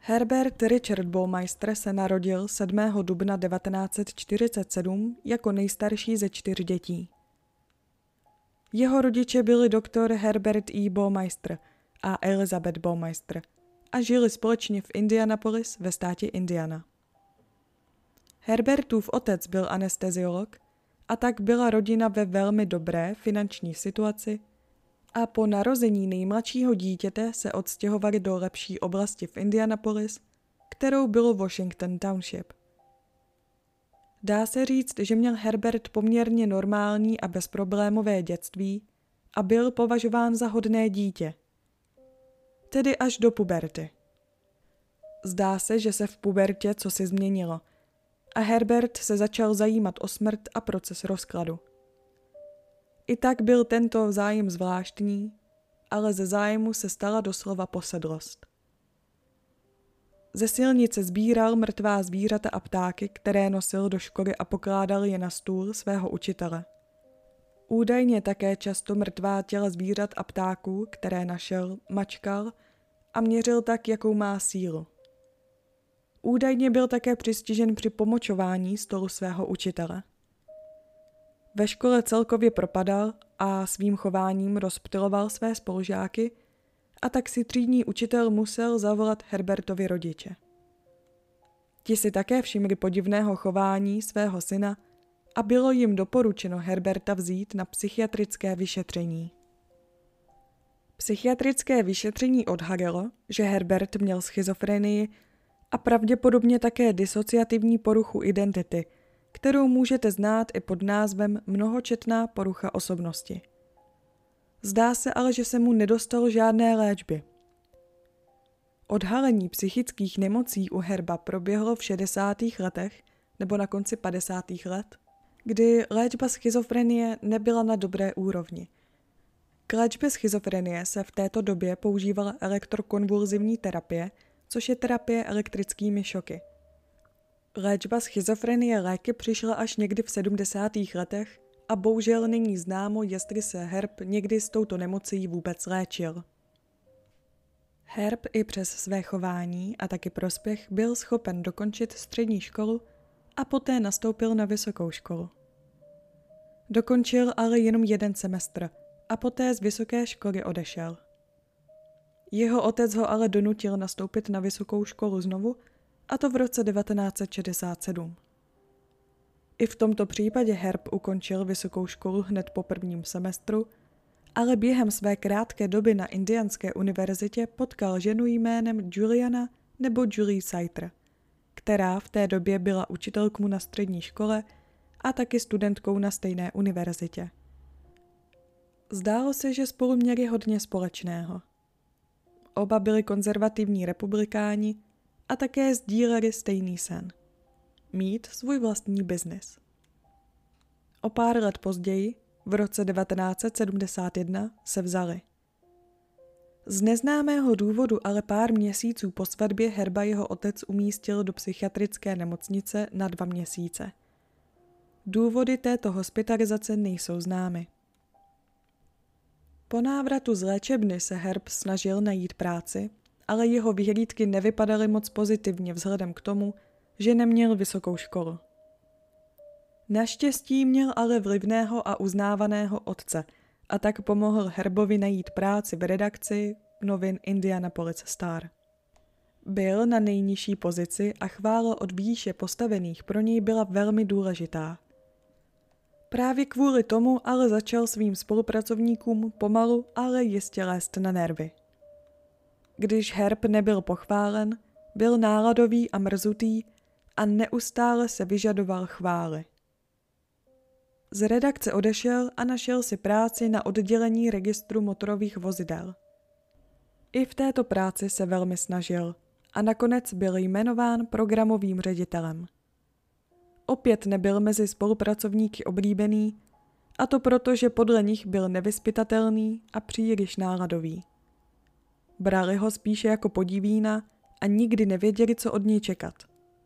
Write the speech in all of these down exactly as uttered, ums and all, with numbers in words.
Herbert Richard Baumeister se narodil sedmého dubna devatenáct set čtyřicet sedm jako nejstarší ze čtyř dětí. Jeho rodiče byli doktor Herbert E. Baumeister a Elizabeth Baumeister a žili společně v Indianapolis ve státě Indiana. Herbertův otec byl anesteziolog a tak byla rodina ve velmi dobré finanční situaci a po narození nejmladšího dítěte se odstěhovali do lepší oblasti v Indianapolis, kterou bylo Washington Township. Dá se říct, že měl Herbert poměrně normální a bezproblémové dětství a byl považován za hodné dítě. Tedy až do puberty. Zdá se, že se v pubertě cosi změnilo a Herbert se začal zajímat o smrt a proces rozkladu. I tak byl tento zájem zvláštní, ale ze zájmu se stala doslova posedlost. Ze silnice sbíral mrtvá zvířata a ptáky, které nosil do školy a pokládal je na stůl svého učitele. Údajně také často mrtvá těla zvířat a ptáků, které našel, mačkal a měřil tak, jakou má sílu. Údajně byl také přistižen při pomočování stolu svého učitele. Ve škole celkově propadal a svým chováním rozptyloval své spolužáky, a tak si třídní učitel musel zavolat Herbertovi rodiče. Ti si také všimli podivného chování svého syna a bylo jim doporučeno Herberta vzít na psychiatrické vyšetření. Psychiatrické vyšetření odhalilo, že Herbert měl schizofrenii a pravděpodobně také disociativní poruchu identity, kterou můžete znát i pod názvem mnohočetná porucha osobnosti. Zdá se ale, že se mu nedostalo žádné léčby. Odhalení psychických nemocí u Herba proběhlo v šedesátých letech nebo na konci padesátých let, kdy léčba schizofrenie nebyla na dobré úrovni. K léčbě schizofrenie se v této době používala elektrokonvulzivní terapie, což je terapie elektrickými šoky. Léčba schizofrenie léky přišla až někdy v sedmdesátých letech a bohužel není známo, jestli se Herb někdy s touto nemocí vůbec léčil. Herb i přes své chování a taky prospěch byl schopen dokončit střední školu a poté nastoupil na vysokou školu. Dokončil ale jenom jeden semestr a poté z vysoké školy odešel. Jeho otec ho ale donutil nastoupit na vysokou školu znovu, a to v roce devatenáct set šedesát sedm. I v tomto případě Herb ukončil vysokou školu hned po prvním semestru, ale během své krátké doby na Indianské univerzitě potkal ženu jménem Juliana nebo Julie Saiter, která v té době byla učitelkou na střední škole a taky studentkou na stejné univerzitě. Zdálo se, že spolu měli hodně společného. Oba byli konzervativní republikáni a také sdíleli stejný sen – mít svůj vlastní biznis. O pár let později, v roce devatenáct set sedmdesát jedna, se vzali. Z neznámého důvodu ale pár měsíců po svatbě Herba jeho otec umístil do psychiatrické nemocnice na dva měsíce. Důvody této hospitalizace nejsou známy. Po návratu z léčebny se Herb snažil najít práci, ale jeho vyhlídky nevypadaly moc pozitivně vzhledem k tomu, že neměl vysokou školu. Naštěstí měl ale vlivného a uznávaného otce a tak pomohl Herbovi najít práci v redakci novin Indianapolis Star. Byl na nejnižší pozici a chvála od výše postavených pro něj byla velmi důležitá. Právě kvůli tomu ale začal svým spolupracovníkům pomalu, ale jistě lézt na nervy. Když Herb nebyl pochválen, byl náladový a mrzutý a neustále se vyžadoval chvály. Z redakce odešel a našel si práci na oddělení registru motorových vozidel. I v této práci se velmi snažil a nakonec byl jmenován programovým ředitelem. Opět nebyl mezi spolupracovníky oblíbený, a to proto, že podle nich byl nevyzpytatelný a příliš náladový. Brali ho spíše jako podivína a nikdy nevěděli, co od něj čekat.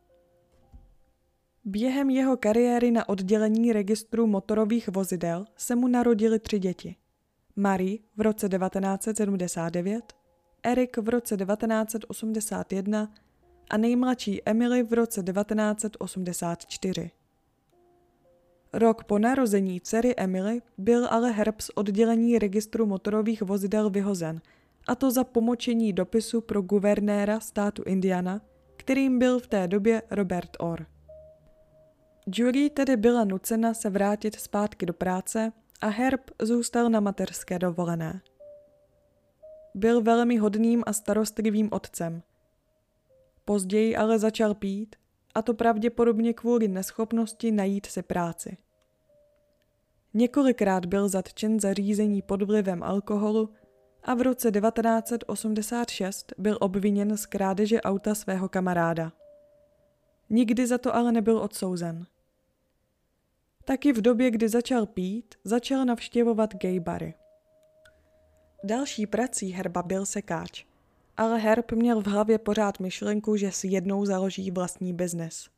Během jeho kariéry na oddělení registru motorových vozidel se mu narodily tři děti. Marie v roce devatenáct set sedmdesát devět, Eric v roce devatenáct set osmdesát jedna a nejmladší Emily v roce devatenáct set osmdesát čtyři. Rok po narození dcery Emily byl ale Herb z oddělení registru motorových vozidel vyhozen, a to za pomočení dopisu pro guvernéra státu Indiana, kterým byl v té době Robert Orr. Julie tedy byla nucena se vrátit zpátky do práce a Herb zůstal na mateřské dovolené. Byl velmi hodným a starostlivým otcem. Později ale začal pít, a to pravděpodobně kvůli neschopnosti najít si práci. Několikrát byl zatčen za řízení pod vlivem alkoholu a v roce devatenáct set osmdesát šest byl obviněn z krádeže auta svého kamaráda. Nikdy za to ale nebyl odsouzen. Taky v době, kdy začal pít, začal navštěvovat gay bary. Další prací Herba byl sekáč, ale Herb měl v hlavě pořád myšlenku, že si jednou založí vlastní biznes.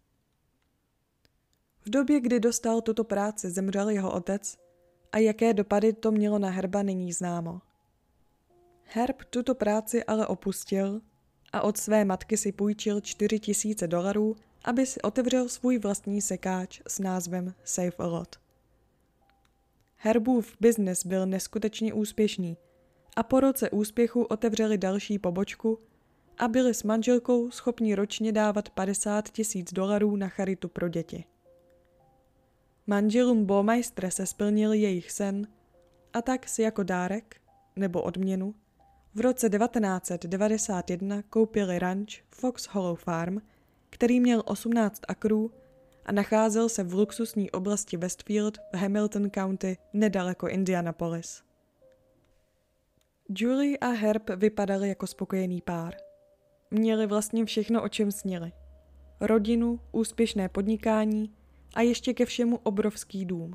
V době, kdy dostal tuto práci, zemřel jeho otec a jaké dopady to mělo na Herba, není známo. Herb tuto práci ale opustil a od své matky si půjčil čtyři tisíce dolarů, aby si otevřel svůj vlastní sekáč s názvem Save a Lot. Herbův biznes byl neskutečně úspěšný a po roce úspěchu otevřeli další pobočku a byli s manželkou schopni ročně dávat padesát tisíc dolarů na charitu pro děti. Manželům Baumeister se splnil jejich sen a tak si jako dárek, nebo odměnu, v roce devatenáct set devadesát jedna koupili ranč Fox Hollow Farm, který měl osmnáct akrů a nacházel se v luxusní oblasti Westfield v Hamilton County nedaleko Indianapolis. Julie a Herb vypadali jako spokojený pár. Měli vlastně všechno, o čem snili. Rodinu, úspěšné podnikání a ještě ke všemu obrovský dům.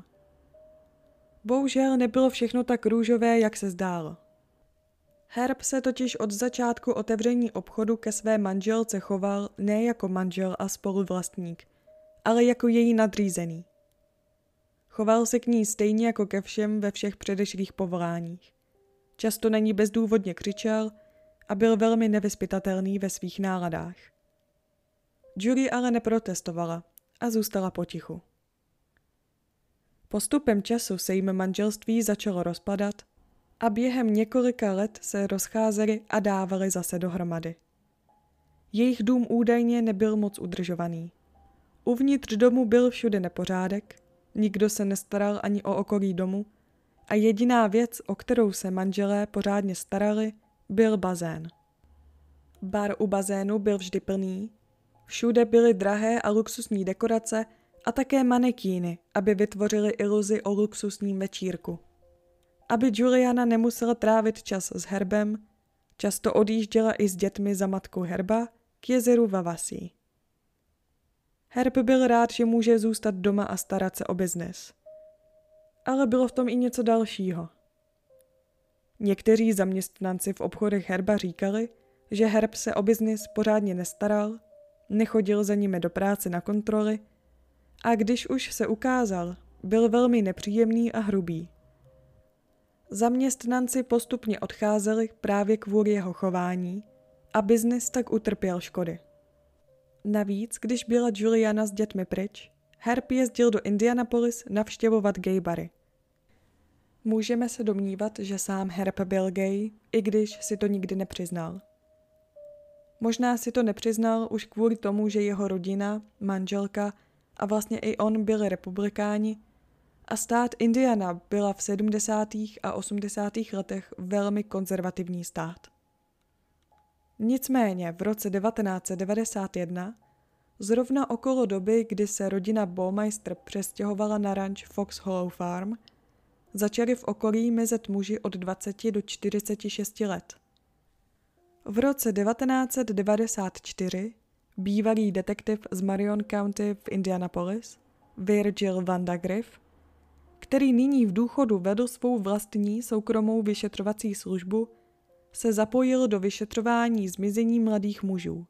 Bohužel nebylo všechno tak růžové, jak se zdálo. Herb se totiž od začátku otevření obchodu ke své manželce choval ne jako manžel a spoluvlastník, ale jako její nadřízený. Choval se k ní stejně jako ke všem ve všech předešlých povoláních. Často na ní bezdůvodně křičel a byl velmi nevyzpytatelný ve svých náladách. Julie ale neprotestovala a zůstala potichu. Postupem času se jim manželství začalo rozpadat a během několika let se rozcházeli a dávali zase dohromady. Jejich dům údajně nebyl moc udržovaný. Uvnitř domu byl všude nepořádek, nikdo se nestaral ani o okolí domu a jediná věc, o kterou se manželé pořádně starali, byl bazén. Bar u bazénu byl vždy plný, všude byly drahé a luxusní dekorace a také manekíny, aby vytvořili iluzi o luxusním večírku. Aby Juliana nemusela trávit čas s Herbem, často odjížděla i s dětmi za matkou Herba k jezeru Vavasí. Herb byl rád, že může zůstat doma a starat se o biznes. Ale bylo v tom i něco dalšího. Někteří zaměstnanci v obchodech Herba říkali, že Herb se o biznis pořádně nestaral, nechodil za nimi do práce na kontroly a když už se ukázal, byl velmi nepříjemný a hrubý. Zaměstnanci postupně odcházeli právě kvůli jeho chování a biznis tak utrpěl škody. Navíc, když byla Juliana s dětmi pryč, Herb jezdil do Indianapolis navštěvovat gay bary. Můžeme se domnívat, že sám Herb byl gay, i když si to nikdy nepřiznal. Možná si to nepřiznal už kvůli tomu, že jeho rodina, manželka a vlastně i on byli republikáni a stát Indiana byla v sedmdesátých a osmdesátých letech velmi konzervativní stát. Nicméně v roce devatenáct set devadesát jedna, zrovna okolo doby, kdy se rodina Baumeister přestěhovala na ranč Fox Hollow Farm, začali v okolí mizet muži od dvaceti do čtyřiceti šesti let. V roce devatenáct set devadesát čtyři bývalý detektiv z Marion County v Indianapolis, Virgil Vandagriff, který nyní v důchodu vedl svou vlastní soukromou vyšetřovací službu, se zapojil do vyšetřování zmizení mladých mužů.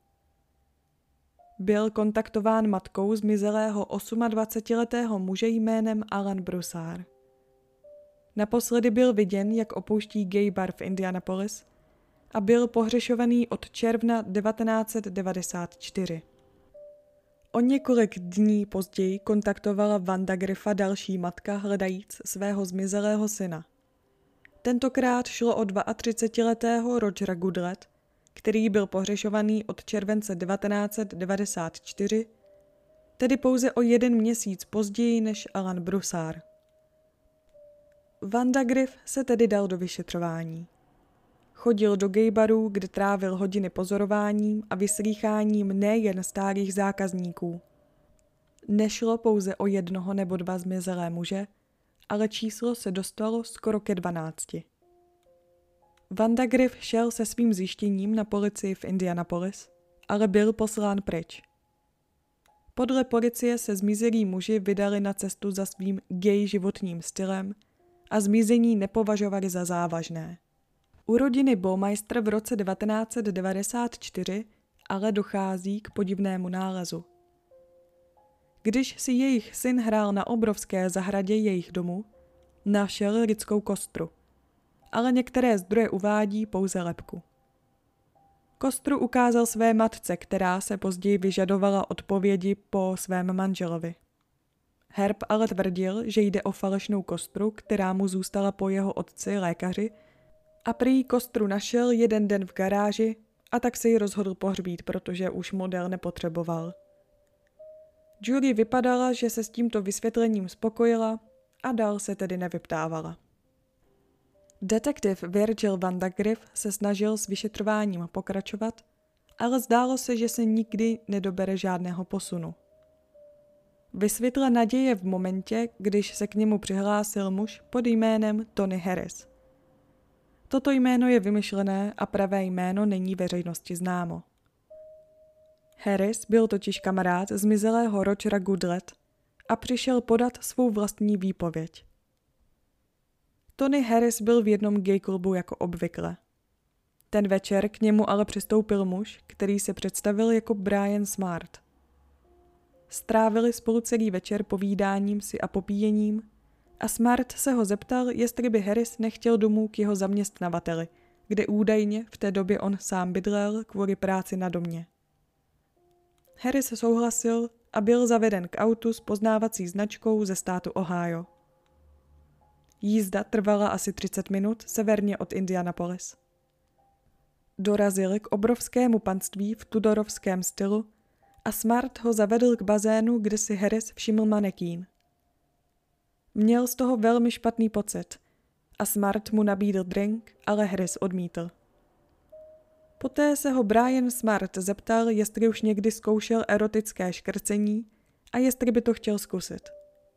Byl kontaktován matkou zmizelého dvacetiosmiletého muže jménem Alan Broussard. Naposledy byl viděn, jak opouští gay bar v Indianapolis a byl pohřešovaný od června devatenáct set devadesát čtyři. O několik dní později kontaktovala Wanda Griffa další matka hledajíc svého zmizelého syna. Tentokrát šlo o třicetiletého Rogera Goodlett, který byl pohřešovaný od července devatenáct set devadesát čtyři, tedy pouze o jeden měsíc později než Alan Broussard. Wanda Griff se tedy dal do vyšetřování. Chodil do gay barů, kde trávil hodiny pozorováním a vyslýcháním nejen stálých zákazníků. Nešlo pouze o jednoho nebo dva zmizelé muže, ale číslo se dostalo skoro ke dvanácti. Wanda Griff šel se svým zjištěním na policii v Indianapolis, ale byl poslán pryč. Podle policie se zmizelí muži vydali na cestu za svým gay životním stylem a zmizení nepovažovali za závažné. U rodiny Baumeister v roce devatenáct set devadesát čtyři ale dochází k podivnému nálezu. Když si jejich syn hrál na obrovské zahradě jejich domu, našel lidskou kostru, ale některé zdroje uvádí pouze lebku. Kostru ukázal své matce, která se později vyžadovala odpovědi po svém manželovi. Herb ale tvrdil, že jde o falešnou kostru, která mu zůstala po jeho otci lékaři, a prý kostru našel jeden den v garáži a tak se ji rozhodl pohřbít, protože už model nepotřeboval. Julie vypadala, že se s tímto vysvětlením spokojila a dál se tedy nevyptávala. Detektiv Virgil Vandagriff se snažil s vyšetřováním pokračovat, ale zdálo se, že se nikdy nedobere žádného posunu. Vysvětla naděje v momentě, když se k němu přihlásil muž pod jménem Tony Harris. Toto jméno je vymyšlené a pravé jméno není veřejnosti známo. Harris byl totiž kamarád zmizelého Rogera Goodlett a přišel podat svou vlastní výpověď. Tony Harris byl v jednom gay klubu jako obvykle. Ten večer k němu ale přistoupil muž, který se představil jako Brian Smart. Strávili spolu celý večer povídáním si a popíjením a Smart se ho zeptal, jestli by Harris nechtěl domů k jeho zaměstnavateli, kde údajně v té době on sám bydlel kvůli práci na domě. Harris souhlasil a byl zaveden k autu s poznávací značkou ze státu Ohio. Jízda trvala asi třicet minut severně od Indianapolis. Dorazili k obrovskému panství v tudorovském stylu a Smart ho zavedl k bazénu, kde si Harris všiml manekín. Měl z toho velmi špatný pocit a Smart mu nabídl drink, ale Harris odmítl. Poté se ho Brian Smart zeptal, jestli už někdy zkoušel erotické škrcení a jestli by to chtěl zkusit.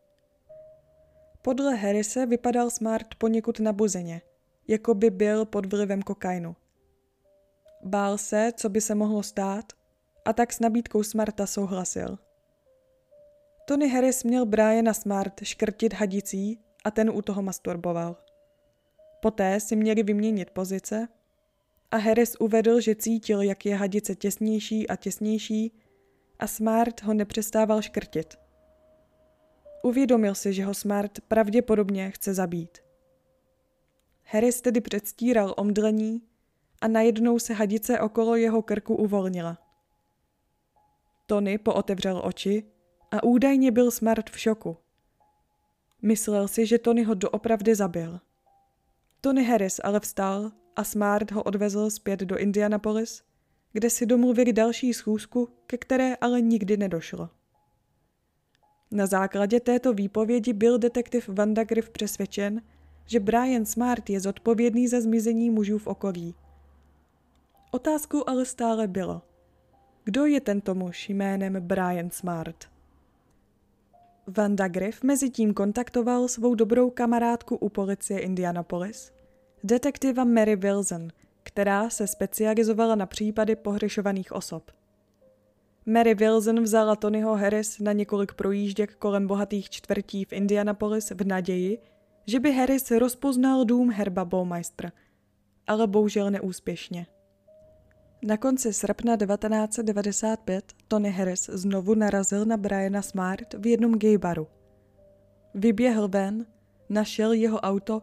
Podle Harrise vypadal Smart poněkud nabuzeně, jako by byl pod vlivem kokainu. Bál se, co by se mohlo stát, a tak s nabídkou Smarta souhlasil. Tony Harris měl Briana Smart škrtit hadicí a ten u toho masturboval. Poté si měli vyměnit pozice a Harris uvedl, že cítil, jak je hadice těsnější a těsnější a Smart ho nepřestával škrtit. Uvědomil si, že ho Smart pravděpodobně chce zabít. Harris tedy předstíral omdlení a najednou se hadice okolo jeho krku uvolnila. Tony pootevřel oči a údajně byl Smart v šoku. Myslel si, že Tony ho doopravdy zabil. Tony Harris ale vstal a Smart ho odvezl zpět do Indianapolis, kde si domluvili další schůzku, ke které ale nikdy nedošlo. Na základě této výpovědi byl detektiv Vandagriff přesvědčen, že Brian Smart je zodpovědný za zmizení mužů v okolí. Otázkou ale stále bylo, kdo je tento muž jménem Brian Smart? Vandagriff mezitím kontaktoval svou dobrou kamarádku u policie Indianapolis, detektiva Mary Wilson, která se specializovala na případy pohřešovaných osob. Mary Wilson vzala Tonyho Harris na několik projížděk kolem bohatých čtvrtí v Indianapolis v naději, že by Harris rozpoznal dům Herba Baumeistera, ale bohužel neúspěšně. Na konci srpna devatenáct set devadesát pět Tony Harris znovu narazil na Briana Smart v jednom gay baru. Vyběhl ven, našel jeho auto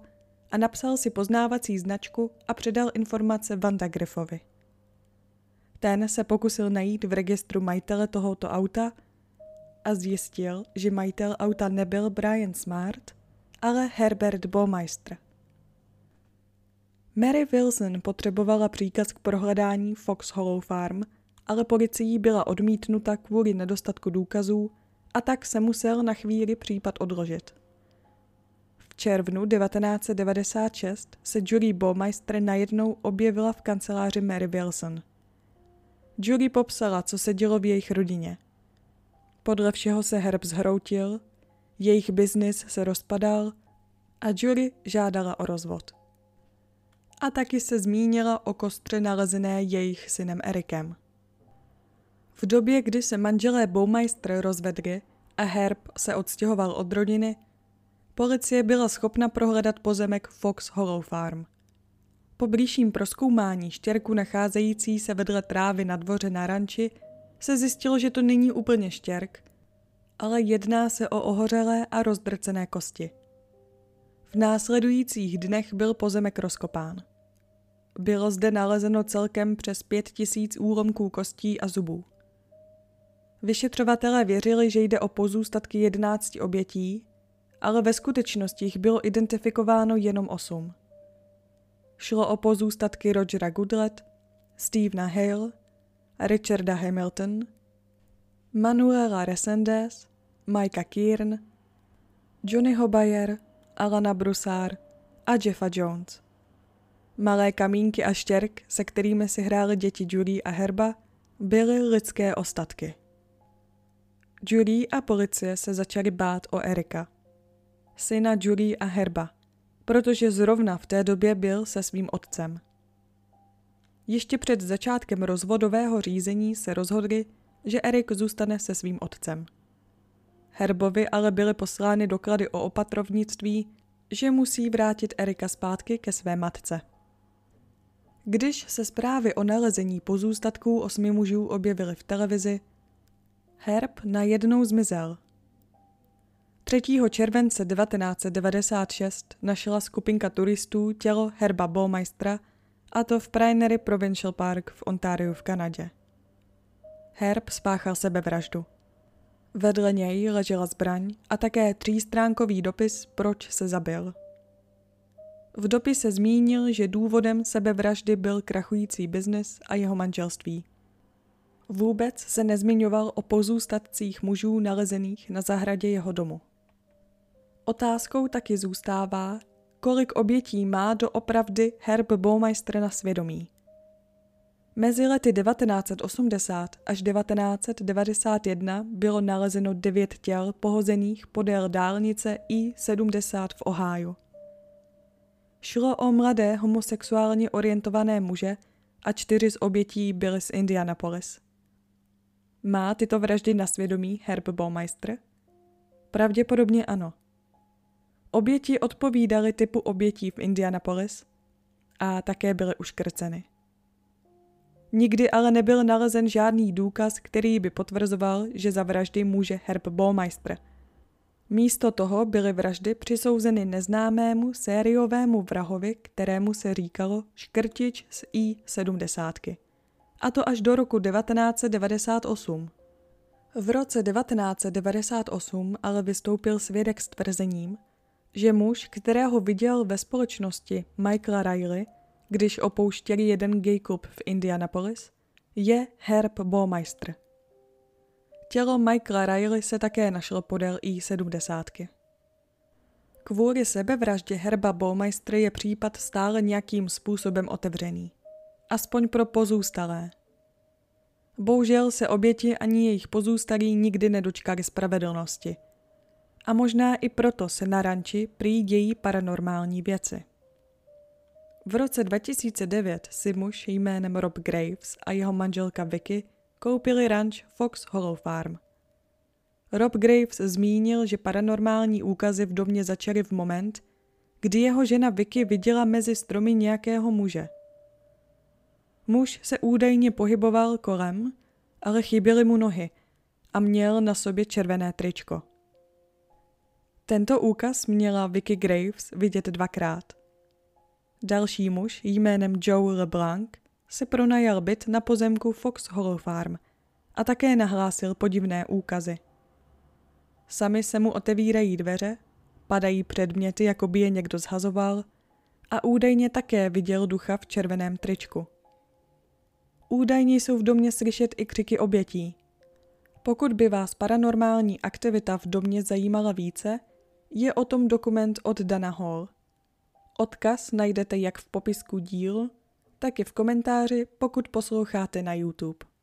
a napsal si poznávací značku a předal informace Vandagrifovi. Ten se pokusil najít v registru majitele tohoto auta a zjistil, že majitel auta nebyl Brian Smart, ale Herbert Baumeister. Mary Wilson potřebovala příkaz k prohledání Fox Hollow Farm, ale policií byla odmítnuta kvůli nedostatku důkazů a tak se musel na chvíli případ odložit. V červnu devatenáct set devadesát šest se Julie Baumeister najednou objevila v kanceláři Mary Wilson. Julie popsala, co se dělo v jejich rodině. Podle všeho se Herb zhroutil, jejich biznis se rozpadal a Julie žádala o rozvod. A taky se zmínila o kostře nalezené jejich synem Ericem. V době, kdy se manželé Baumeister rozvedli a Herb se odstěhoval od rodiny, policie byla schopna prohledat pozemek Fox Hollow Farm. Po blížším prozkoumání štěrku nacházející se vedle trávy na dvoře na ranči se zjistilo, že to není úplně štěrk, ale jedná se o ohořelé a rozdrcené kosti. V následujících dnech byl pozemek rozkopán. Bylo zde nalezeno celkem přes pět tisíc úlomků kostí a zubů. Vyšetřovatelé věřili, že jde o pozůstatky jedenácti obětí, ale ve skutečnosti jich bylo identifikováno jenom osm. Šlo o pozůstatky Rogera Goodlett, Stephena Hale, Richarda Hamilton, Manuela Resendez, Mikea Kiernan, Johnnyho Bayer, Alana Broussard a Jeffa Jones. Malé kamínky a štěrk, se kterými si hrály děti Julie a Herba, byly lidské ostatky. Julie a policie se začaly bát o Erika, syna Julie a Herba, protože zrovna v té době byl se svým otcem. Ještě před začátkem rozvodového řízení se rozhodli, že Erik zůstane se svým otcem. Herbovi ale byly poslány doklady o opatrovnictví, že musí vrátit Erika zpátky ke své matce. Když se zprávy o nalezení pozůstatků osmi mužů objevily v televizi, Herb najednou zmizel. třetího července devatenáct set devadesát šest našla skupinka turistů tělo Herba Baumeistera, a to v Pioneer Provincial Park v Ontariu v Kanadě. Herb spáchal sebevraždu. Vedle něj ležela zbraň a také třístránkový dopis, proč se zabil. V dopise zmínil, že důvodem sebevraždy byl krachující biznis a jeho manželství. Vůbec se nezmiňoval o pozůstatcích mužů nalezených na zahradě jeho domu. Otázkou taky zůstává, kolik obětí má doopravdy Herb Baumeister na svědomí. Mezi lety devatenáct set osmdesát až devatenáct set devadesát jedna bylo nalezeno devět těl pohozených podél dálnice I sedmdesát v Ohiu. Šlo o mladé homosexuálně orientované muže a čtyři z obětí byly z Indianapolis. Má tyto vraždy na svědomí Herb Baumeister? Pravděpodobně ano. Oběti odpovídaly typu obětí v Indianapolis a také byly uškrceny. Nikdy ale nebyl nalezen žádný důkaz, který by potvrzoval, že za vraždy může Herb Baumeister. Místo toho byly vraždy přisouzeny neznámému sériovému vrahovi, kterému se říkalo Škrtič z I sedmdesát. A to až do roku devatenáct set devadesát osm. V roce devatenáct set devadesát osm ale vystoupil svědek s tvrzením, že muž, kterého viděl ve společnosti Michaela Riley, když opouštěli jeden gay klub v Indianapolis, je Herb Baumeister. Tělo Michaela Riley se také našlo podél I sedmdesát. Kvůli sebevraždě Herba Baumeistera je případ stále nějakým způsobem otevřený. Aspoň pro pozůstalé. Bohužel se oběti ani jejich pozůstalí nikdy nedočkali spravedlnosti. A možná i proto se na ranči prý dějí paranormální věci. V roce dva tisíce devět si muž jménem Rob Graves a jeho manželka Vicky koupili ranč Fox Hollow Farm. Rob Graves zmínil, že paranormální úkazy v domě začaly v moment, kdy jeho žena Vicky viděla mezi stromy nějakého muže. Muž se údajně pohyboval kolem, ale chyběly mu nohy a měl na sobě červené tričko. Tento úkaz měla Vicky Graves vidět dvakrát. Další muž jménem Joe LeBlanc si pronajal byt na pozemku Fox Hollow Farm a také nahlásil podivné úkazy. Sami se mu otevírají dveře, padají předměty, jako by je někdo zhazoval, a údajně také viděl ducha v červeném tričku. Údajně jsou v domě slyšet i křiky obětí. Pokud by vás paranormální aktivita v domě zajímala více, je o tom dokument od Dana Hall. Odkaz najdete jak v popisku dílu, tak i v komentáři, pokud posloucháte na YouTube.